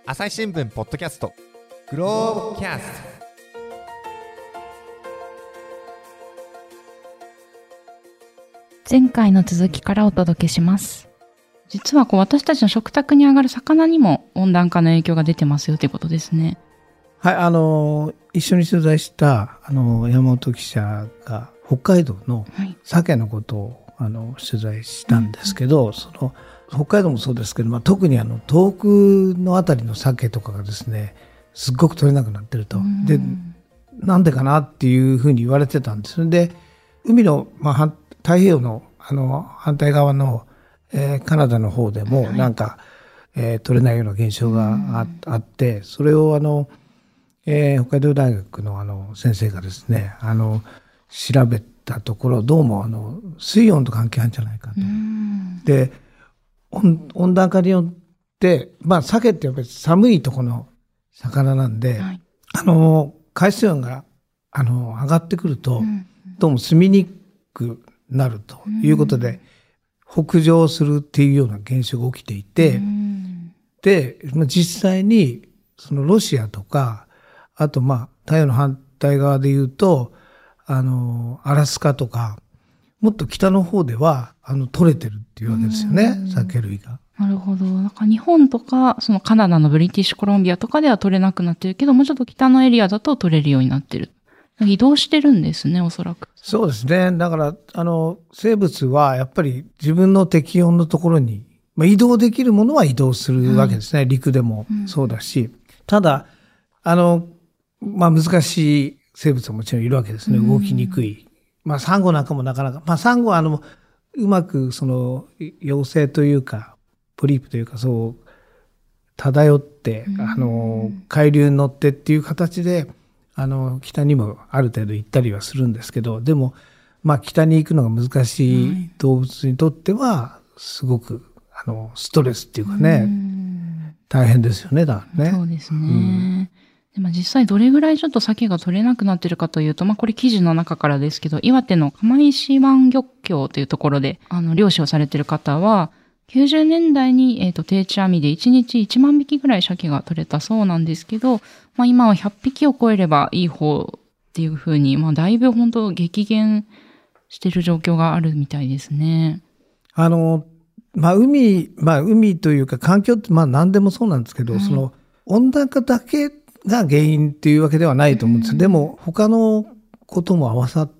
朝日新聞ポッドキャストグローブキャスト。 前回の続きからお届けします。実は私たちの食卓に上がる魚にも温暖化の影響が出てますよということですね。 はい、一緒に取材した山本記者が北海道の鮭のことを取材したんですけど、その北海道もそうですけど、特に東北のあたりの鮭とかがですね、すっごく取れなくなってると。で、なんでかなっていうふうに言われてたんです。で、海の、太平洋の反対側の、カナダの方でもなんか、取れないような現象があって、それを北海道大学の先生がですね、調べたところ、どうも水温と関係あるんじゃないかと。で、温暖化によって、鮭ってやっぱり寒いところの魚なんで、海水温が上がってくると、どうも住みにくくなるということで、北上するっていうような現象が起きていて、で、実際にそのロシアとか、あと太平洋の反対側で言うと、アラスカとか、もっと北の方では取れてるっていうわけですよね、鮭類が。 なるほど。なんか日本とか、そのカナダのブリティッシュコロンビアとかでは取れなくなってるけど、もうちょっと北のエリアだと取れるようになってる。移動してるんですね、おそらく。 そうですね。だから、生物はやっぱり自分の適温のところに、移動できるものは移動するわけですね。陸でもそうだし。ただ、難しい生物はもちろんいるわけですね。動きにくい。サンゴなんかもなかなか、サンゴはうまく幼生というか、ポリープというか、そう漂って、海流に乗ってっていう形で、北にもある程度行ったりはするんですけど、でも、北に行くのが難しい動物にとっては、すごく、ストレスっていうかね、大変ですよね、だからね。 そうですね。で実際どれぐらいちょっと鮭が取れなくなってるかというと、これ記事の中からですけど、岩手の釜石湾漁協というところで、漁師をされてる方は、90年代に、定置網で1日1万匹ぐらい鮭が取れたそうなんですけど、今は100匹を超えればいい方っていうふうに、だいぶ本当激減してる状況があるみたいですね。 海というか環境って何でもそうなんですけど、その温暖化だけが原因っていうわけではないと思うんです。でも他のことも合わさって、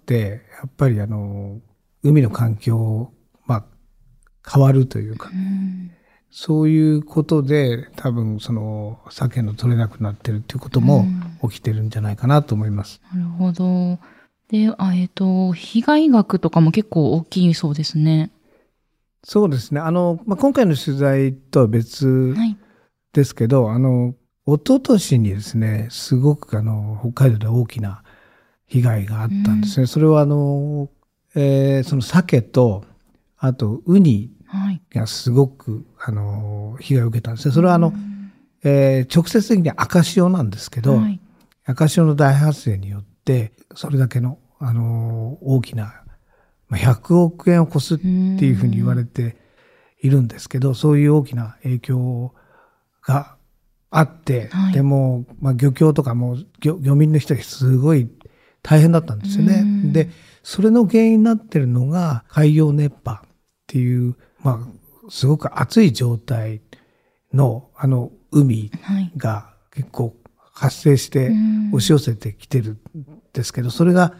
やっぱり海の環境変わるというか、そういうことで多分鮭の取れなくなってるっていうことも起きてるんじゃないかなと思います。 なるほど。で、被害額とかも結構大きいそうですね。 そうですね。今回の取材とは別ですけど、一昨年にですね、すごく北海道で大きな被害があったんですね。それはその鮭と、あとウニがすごく、被害を受けたんですね。それは直接的には赤潮なんですけど、赤潮の大発生によって、それだけの、大きな、100億円を超すっていうふうに言われているんですけど、そういう大きな影響があって、でも、漁協とかも漁民の人がすごい大変だったんですよね。で、それの原因になってるのが海洋熱波っていう、すごく暑い状態の海が結構発生して押し寄せてきてるんですけど、それが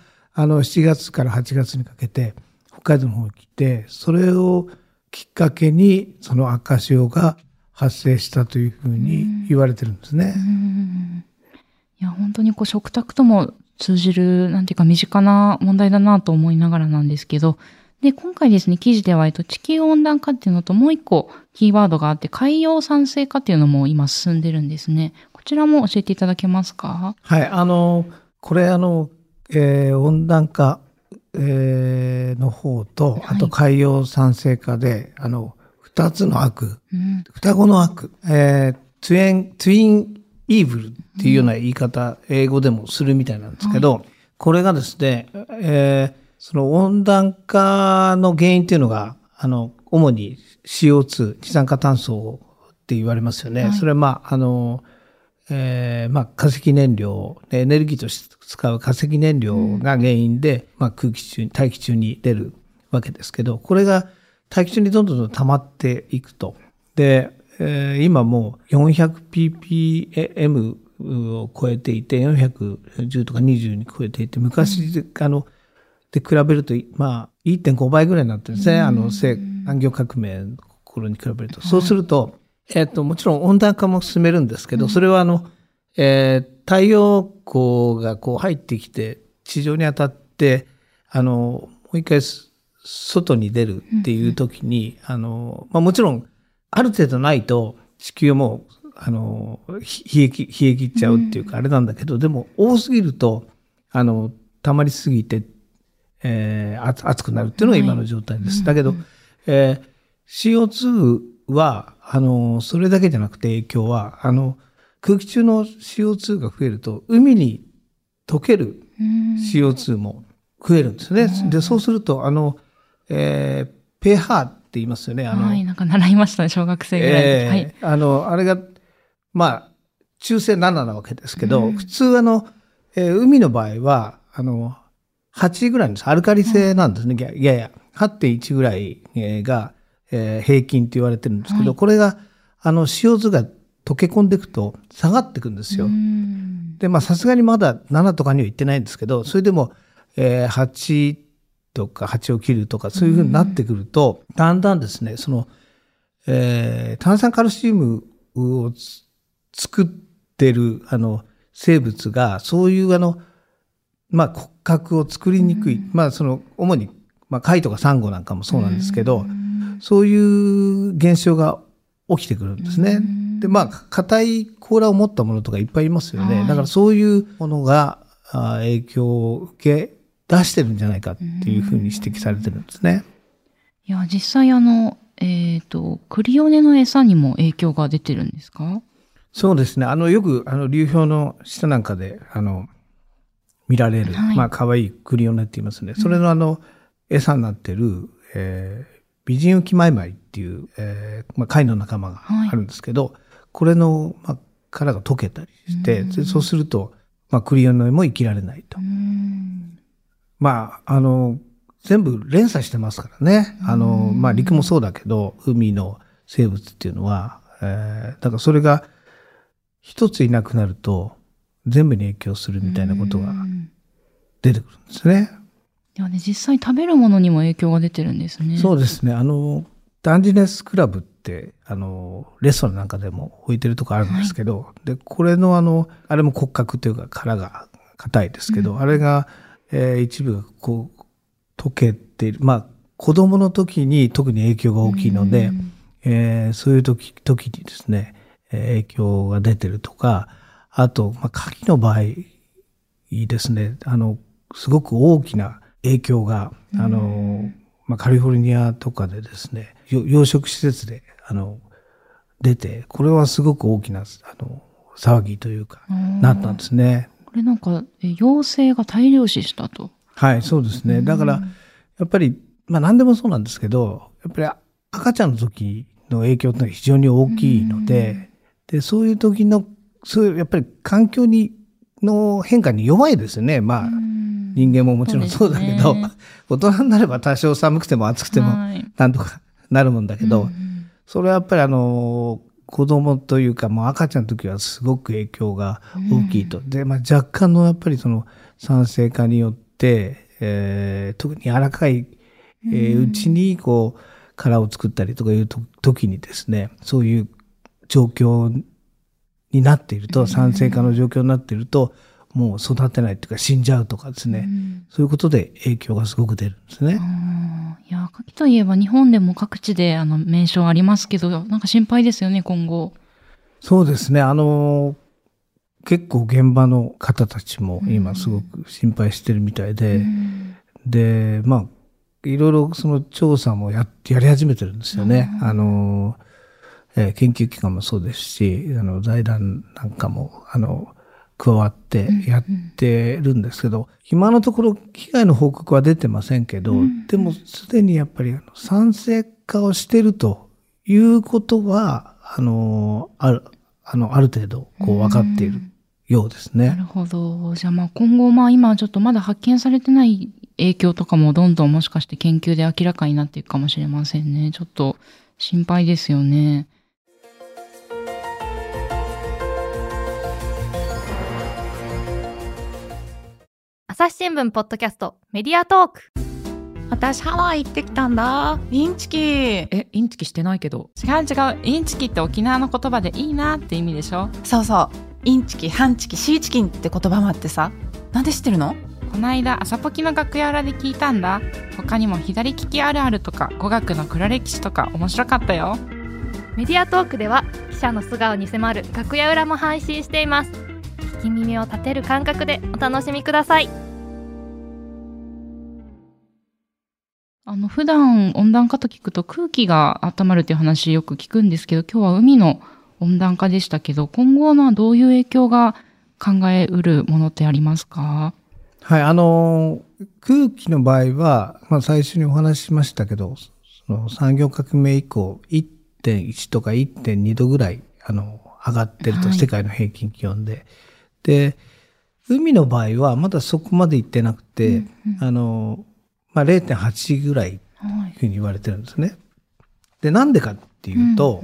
7月から8月にかけて北海道の方に来て、それをきっかけにその赤潮が発生したというふうに言われてるんですね。 いや、本当に食卓とも通じる、なんていうか身近な問題だなと思いながらなんですけど、で、今回ですね、記事では、地球温暖化っていうのともう一個キーワードがあって、海洋酸性化っていうのも今進んでるんですね。こちらも教えていただけますか？ はい、これ温暖化、の方と、あと海洋酸性化で、二つの悪、双子の悪、ツインイーブルっていうような言い方、英語でもするみたいなんですけど、これがですね、その温暖化の原因っていうのが、主に CO2、二酸化炭素って言われますよね。 はい、 それは化石燃料、エネルギーとして使う化石燃料が原因で、大気中に出るわけですけど、これが大気中にどんどん溜まっていくと。で、今もう 400ppm を超えていて、410とか20に超えていて、昔で比べると、1.5 倍ぐらいになってるんですね。産業革命の頃に比べると。そうすると、もちろん温暖化も進めるんですけど、それは太陽光がこう入ってきて、地上に当たって、もう一回外に出るっていう時に、もちろん、ある程度ないと地球はもう、冷え切っちゃうっていうか、あれなんだけど、でも多すぎると、溜まりすぎて、熱くなるっていうのが今の状態です。だけど、CO2 は、それだけじゃなくて影響は、空気中の CO2 が増えると、海に溶ける CO2 も増えるんですね。で、そうすると、pH って言いますよね。 はい、なんか習いましたね、小学生ぐらいで。はい。 あれが、中性7なわけですけど、普通海の場合は、8ぐらいです。アルカリ性なんですね。やや。8.1 ぐらいが、平均って言われてるんですけど、これが、CO2 が溶け込んでいくと下がっていくんですよ。で、さすがにまだ7とかには行ってないんですけど、それでも、8とか8を切るとか、そういうふうになってくると、だんだんですね、炭酸カルシウムを作ってる、生物が、そういう骨格を作りにくい。主に、貝とかサンゴなんかもそうなんですけど、そういう現象が起きてくるんですね。で、硬い甲羅を持ったものとかいっぱいいますよね。だからそういうものが影響を受け出してるんじゃないかっていうふうに指摘されてるんですね。 いや、実際クリオネの餌にも影響が出てるんですか？ そうですね。よく、流氷の下なんかで、見られる、可愛いクリオネって言いますね。それの餌になってる、美人浮きマイマイっていう、貝の仲間があるんですけど、これの、殻が溶けたりして、そうすると、クリオネも生きられないと。全部連鎖してますからね。陸もそうだけど、海の生物っていうのは、だからそれが一ついなくなると、全部に影響するみたいなことが出てくるんですね。 いやね、実際食べるものにも影響が出てるんですね。 そうですね。ダンジネスクラブって、レストランなんかでも置いてるとこあるんですけど、で、これのあれも骨格というか殻が硬いですけど、あれが、一部こう、溶けている。子供の時に特に影響が大きいので、そういう時にですね、影響が出てるとか、あと、牡蠣の場合ですね、すごく大きな影響が、カリフォルニアとかでですね、養殖施設で、出て、これはすごく大きな、騒ぎというか、なったんですね。 これなんか、幼生が大量死したと。 はい、そうですね。だから、やっぱり、何でもそうなんですけど、やっぱり赤ちゃんの時の影響ってのは非常に大きいので、で、そういう時の、やっぱり環境の変化に弱いですよね。人間ももちろんそうだけど、大人になれば多少寒くても暑くてもなんとかなるもんだけど、それはやっぱり子供というかもう赤ちゃんの時はすごく影響が大きいと。で、若干のやっぱり酸性化によって、特に柔らかい、うちにこう殻を作ったりとかいう時にですね、そういう状況になっていると、酸性化の状況になっていると、もう育てないというか死んじゃうとかですね、そういうことで影響がすごく出るんですね。 いや、牡蠣といえば日本でも各地で名称ありますけど、なんか心配ですよね、今後。 そうですね。結構現場の方たちも今すごく心配してるみたいで、で、いろいろその調査もやり始めてるんですよね。研究機関もそうですし、財団なんかも、加わってやってるんですけど、今のところ被害の報告は出てませんけど、でもすでにやっぱり酸性化をしてるということは、 ある程度、分かっているようですね。 なるほど。じゃあ今後今ちょっとまだ発見されてない影響とかもどんどんもしかして研究で明らかになっていくかもしれませんね。ちょっと心配ですよね。 朝日新聞ポッドキャストメディアトーク。 私ハワイ行ってきたんだ。インチキ。 インチキしてないけど。違う。インチキって沖縄の言葉でいいなって意味でしょ。 そうそう。インチキ、ハンチキ、シーチキンって言葉もあってさ。なんで知ってるの？ この間朝ポキの楽屋裏で聞いたんだ。他にも左利きあるあるとか語学の黒歴史とか面白かったよ。 メディアトークでは記者の素顔に迫る楽屋裏も配信しています。聞き耳を立てる感覚でお楽しみください。 普段温暖化と聞くと空気が温まるっていう話よく聞くんですけど、今日は海の温暖化でしたけど、今後はどういう影響が考えうるものってありますか？ はい、空気の場合は、最初にお話ししましたけど、その産業革命以降、1.1 とか 1.2 度ぐらい、上がってると、世界の平均気温で。で、海の場合は、まだそこまで行ってなくて、0.8 ぐらい、ふうに言われてるんですね。で、なんでかっていうと、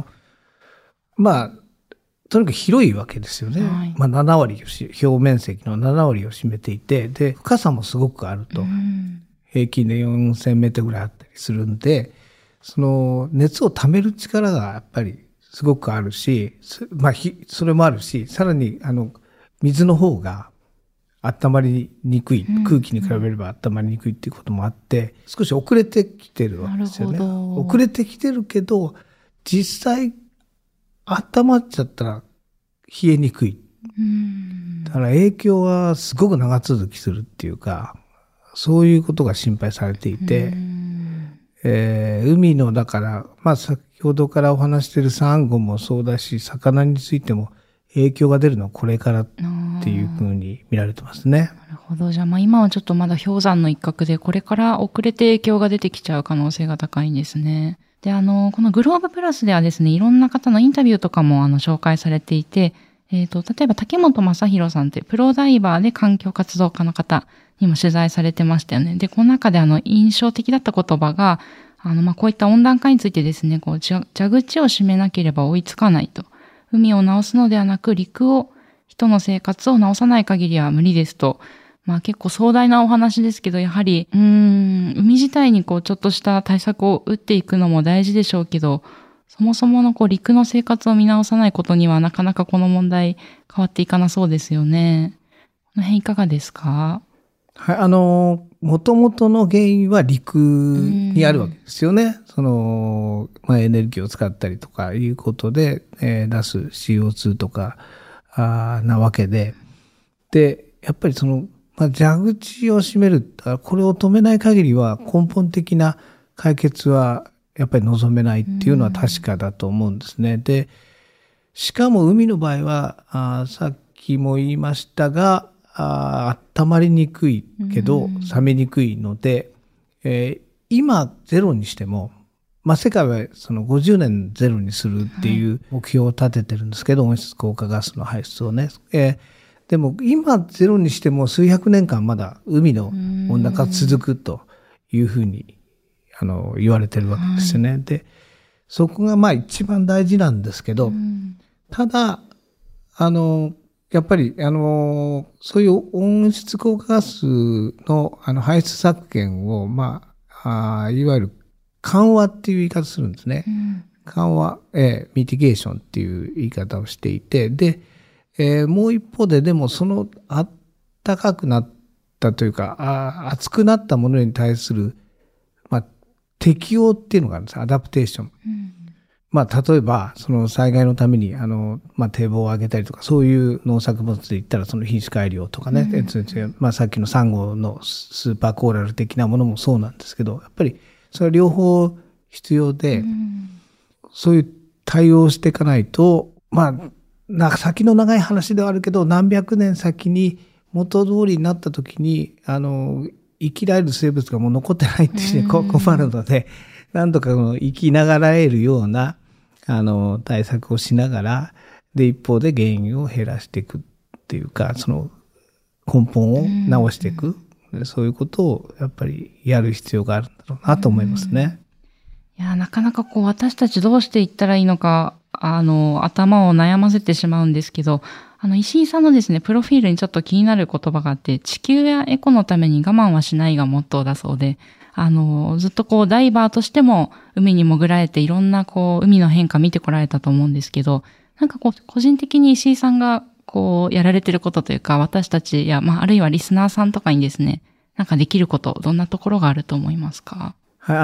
とにかく広いわけですよね。7割表面積の7割を占めていて、で、深さもすごくあると。平均で4000メートルぐらいあったりするんで、その熱を溜める力がやっぱりすごくあるし、それもあるし、さらに水の方が温まりにくい、空気に比べれば温まりにくいっていうこともあって、少し遅れてきてるわけですよね。遅れてきてるけど、実際温まっちゃったら冷えにくい。だから影響はすごく長続きするっていうか、そういうことが心配されていて、海のだから、先ほどからお話しているサンゴもそうだし、魚についても影響が出るのはこれからっていうふうに見られてますね。 なるほど。じゃあ今はちょっとまだ氷山の一角で、これから遅れて影響が出てきちゃう可能性が高いんですね。で、このグローブプラスではですね、いろんな方のインタビューとかも紹介されていて、例えば竹本正弘さんってプロダイバーで環境活動家の方にも取材されてましたよね。で、この中で印象的だった言葉が、こういった温暖化についてですね、蛇口を閉めなければ追いつかないと。海を直すのではなく、人の生活を直さない限りは無理ですと。結構壮大なお話ですけど、やはり、海自体にちょっとした対策を打っていくのも大事でしょうけど、そもそもの陸の生活を見直さないことにはなかなかこの問題変わっていかなそうですよね。この辺いかがですか？ はい、元々の原因は陸にあるわけですよね。エネルギーを使ったりとかいうことで、出す CO2 とかなわけで、で、やっぱり蛇口を閉める、これを止めない限りは根本的な解決はやっぱり望めないっていうのは確かだと思うんですね。で、しかも海の場合は、さっきも言いましたが、温まりにくいけど冷めにくいので、今ゼロにしても、世界は50年ゼロにするっていう目標を立ててるんですけど、温室効果ガスの排出をね。でも今ゼロにしても数百年間まだ海の温暖化が続くというふうに言われてるわけですよね。で、そこが一番大事なんですけど、ただ、やっぱり、そういう温室効果ガスの排出削減を、いわゆる緩和っていう言い方するんですね。緩和、ミティゲーションっていう言い方をしていて、で、もう一方で、でも暖かくなったというか、熱くなったものに対する、適応っていうのがあるんです。アダプテーション。例えば、災害のために、堤防を上げたりとか、そういう農作物で言ったら、品種改良とかね、さっきのサンゴのスーパーコーラル的なものもそうなんですけど、やっぱり、それは両方必要で、そういう対応していかないと、先の長い話ではあるけど、何百年先に元通りになった時に、生きられる生物がもう残ってないっていうね、困るので、なんとか生きながらえるような、 対策をしながら、で、一方で原因を減らしていくっていうか、その根本を直していく、そういうことをやっぱりやる必要があるんだろうなと思いますね。 いや、なかなか私たちどうしていったらいいのか、頭を悩ませてしまうんですけど、石井さんのですね、プロフィールにちょっと気になる言葉があって、地球やエコのために我慢はしないがモットーだそうで、ずっとダイバーとしても海に潜られていろんな海の変化見てこられたと思うんですけど、なんか個人的に石井さんがやられてることというか、私たちや、あるいはリスナーさんとかにですね、なんかできること、どんなところがあると思いますか？ はい、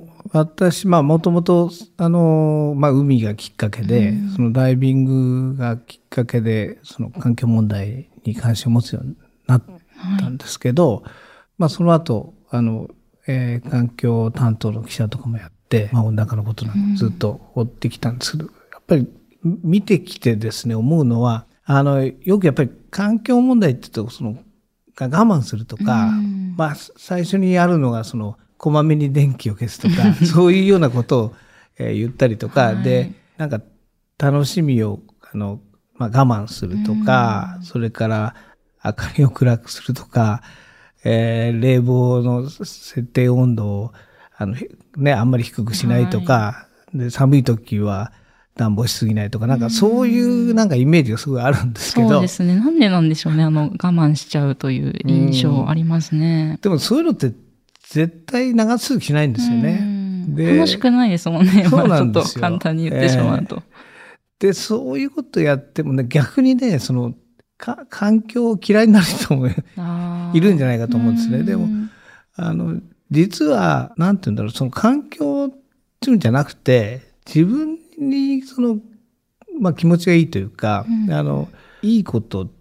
私、もともと、海がきっかけで、そのダイビングがきっかけで、その環境問題に関心を持つようになったんですけど、その後、環境担当の記者とかもやって、温暖化のことなんかずっと追ってきたんですけど、やっぱり見てきてですね、思うのは、よくやっぱり環境問題って言うと、我慢するとか、最初にやるのが、こまめに電気を消すとか、そういうようなことを、言ったりとか、で、なんか楽しみを、我慢するとか、それから明かりを暗くするとか、冷房の設定温度を、あんまり低くしないとか、で、寒い時は暖房しすぎないとか、なんかそういうなんかイメージがすごいあるんですけど。 そうですね。なんでなんでしょうね。我慢しちゃうという印象ありますね。 でもそういうのって絶対長続きしないんですよね。 で、楽しくないですもんね。 そうなんですよ。 ちょっと簡単に言ってしまうと。 で、そういうことやってもね、逆にね、環境を嫌いになる人もいるんじゃないかと思うんですね。でも、実は、なんて言うんだろう、その環境っていうんじゃなくて、自分に気持ちがいいというか、いいことって、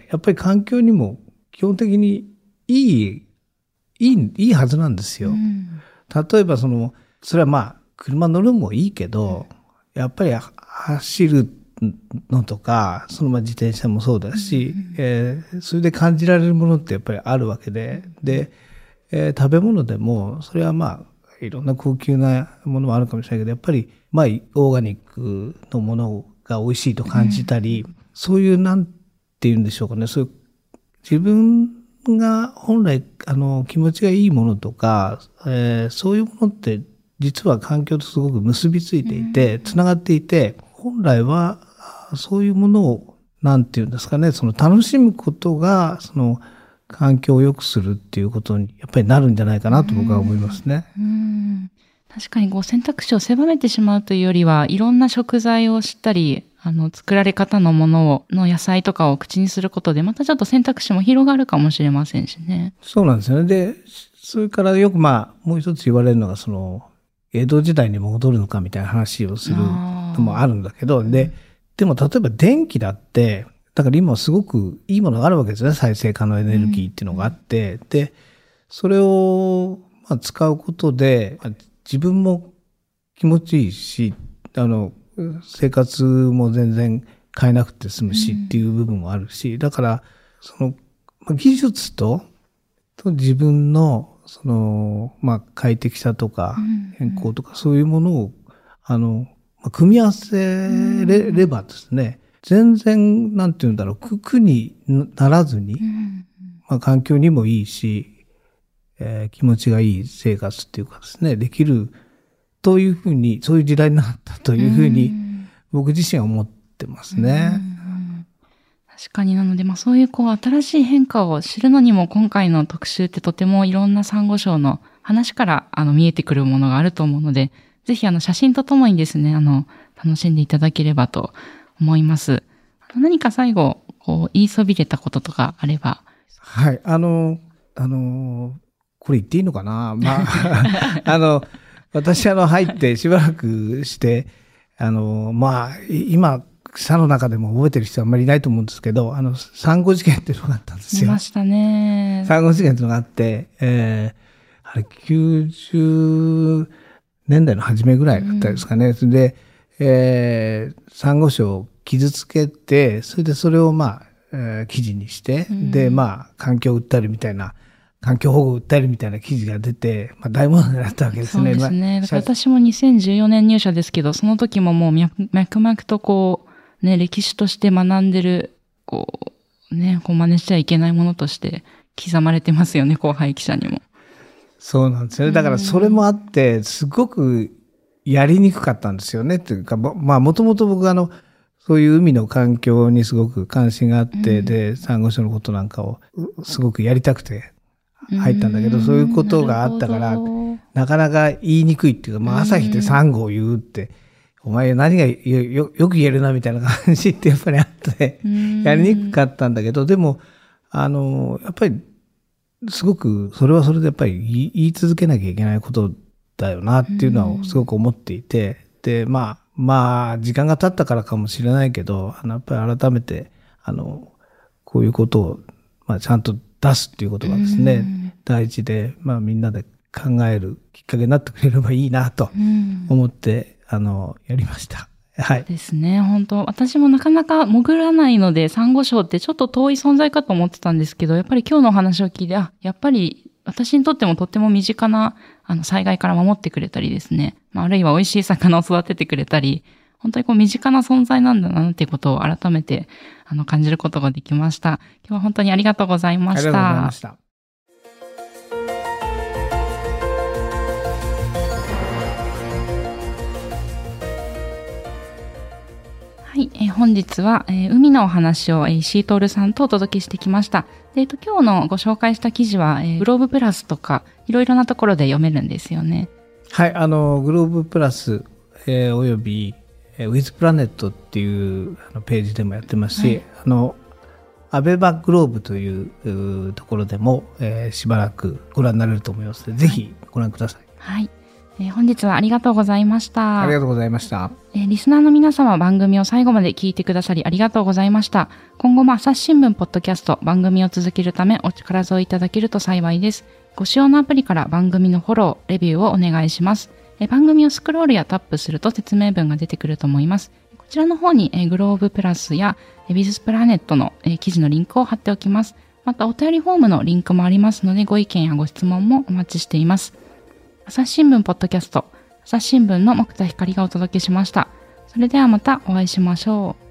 やっぱり環境にも基本的にいいはずなんですよ。例えばそれは車乗るのもいいけど、やっぱり走るのとか、自転車もそうだし、それで感じられるものってやっぱりあるわけで、食べ物でも、それはいろんな高級なものもあるかもしれないけど、やっぱりオーガニックのものが美味しいと感じたり、そういうなんて言うんでしょうかね、そういう自分が本来気持ちがいいものとか、そういうものって実は環境とすごく結びついていて、つながっていて、本来はそういうものをなんていうんですかね、楽しむことが環境を良くするっていうことにやっぱりなるんじゃないかなと僕は思いますね。 確かに選択肢を狭めてしまうというよりは、いろんな食材を知ったり、作られ方のものの野菜とかを口にすることで、またちょっと選択肢も広がるかもしれませんしね。 そうなんですよね。で、それからよくもう一つ言われるのが、江戸時代に戻るのかみたいな話をするのもあるんだけど、でも例えば電気だって、だから今すごくいいものがあるわけですね。再生可能エネルギーっていうのがあって、で、それを使うことで、自分も気持ちいいし、生活も全然変えなくて済むしっていう部分もあるし、だから技術と自分の快適さとか健康とかそういうものを組み合わせればですね、全然なんていうんだろう、苦にならずに、環境にもいいし、気持ちがいい生活っていうかですね、できるというふうに、そういう時代になったというふうに僕自身は思ってますね。 確かに、なのでそういう新しい変化を知るのにも、今回の特集ってとてもいろんなサンゴ礁の話から見えてくるものがあると思うので、ぜひ写真とともにですね、楽しんでいただければと思います。何か最後言いそびれたこととかあれば。 はい、これ言っていいのかな。私入ってしばらくして、今草の中でも覚えてる人はあんまりいないと思うんですけど、サンゴ事件っていうのがあったんですよ。 いましたね。 サンゴ事件っていうのがあって、あれ90年代の初めぐらいだったですかね。で、サンゴ礁を傷つけて、それでそれを記事にして、で環境を訴えるみたいな環境保護を訴えるみたいな記事が出て、まあ、大問題になったわけですね。 そうですね。だから私も2014年入社ですけど、その時ももう脈々とこう、ね、歴史として学んでる、こう、ね、こう真似しちゃいけないものとして刻まれてますよね、後輩記者にも。 そうなんですよね。だからそれもあって、すごくやりにくかったんですよね。というか、まあ、もともと僕そういう海の環境にすごく関心があって、で、サンゴ礁のことなんかをすごくやりたくて入ったんだけど、そういうことがあったから、なかなか言いにくいっていうか、まあ、朝日でサンゴを言うって、お前何がよく言えるなみたいな感じってやっぱりあって、やりにくかったんだけど、でも、やっぱり、すごく、それはそれでやっぱり言い続けなきゃいけないことだよなっていうのはすごく思っていて、で、まあ、時間が経ったからかもしれないけど、やっぱり改めて、こういうことを、まあ、ちゃんと出すっていうことがですね、大事で、まあ、みんなで考えるきっかけになってくれればいいなと思って、やりました。はい。 ですね。本当私もなかなか潜らないので、サンゴ礁ってちょっと遠い存在かと思ってたんですけど、やっぱり今日のお話を聞いて、やっぱり私にとってもとっても身近な、災害から守ってくれたりですね。まあ、あるいは美味しい魚を育ててくれたり、本当にこう身近な存在なんだなっていうことを改めて、感じることができました。今日は本当にありがとうございました。 ありがとうございました。 はい、本日は、海のお話を、石井徹さんとお届けしてきました。で、今日のご紹介した記事は、グローブプラスとかいろいろなところで読めるんですよね。 はい、グローブプラス、および、ウィズプラネットっていうページでもやってますし、はい、アベマグローブというところでも、しばらくご覧になれると思いますので、ぜひご覧ください。 はい。本日はありがとうございました。 ありがとうございました。 リスナーの皆様、番組を最後まで聞いてくださりありがとうございました。今後も朝日新聞ポッドキャスト番組を続けるためお力添えいただけると幸いです。ご使用のアプリから番組のフォロー、レビューをお願いします。番組をスクロールやタップすると説明文が出てくると思います。こちらの方にグローブプラスやビズプラネットの記事のリンクを貼っておきます。またお便りフォームのリンクもありますので、ご意見やご質問もお待ちしています。朝日新聞ポッドキャスト、朝日新聞の木田光がお届けしました。それではまたお会いしましょう。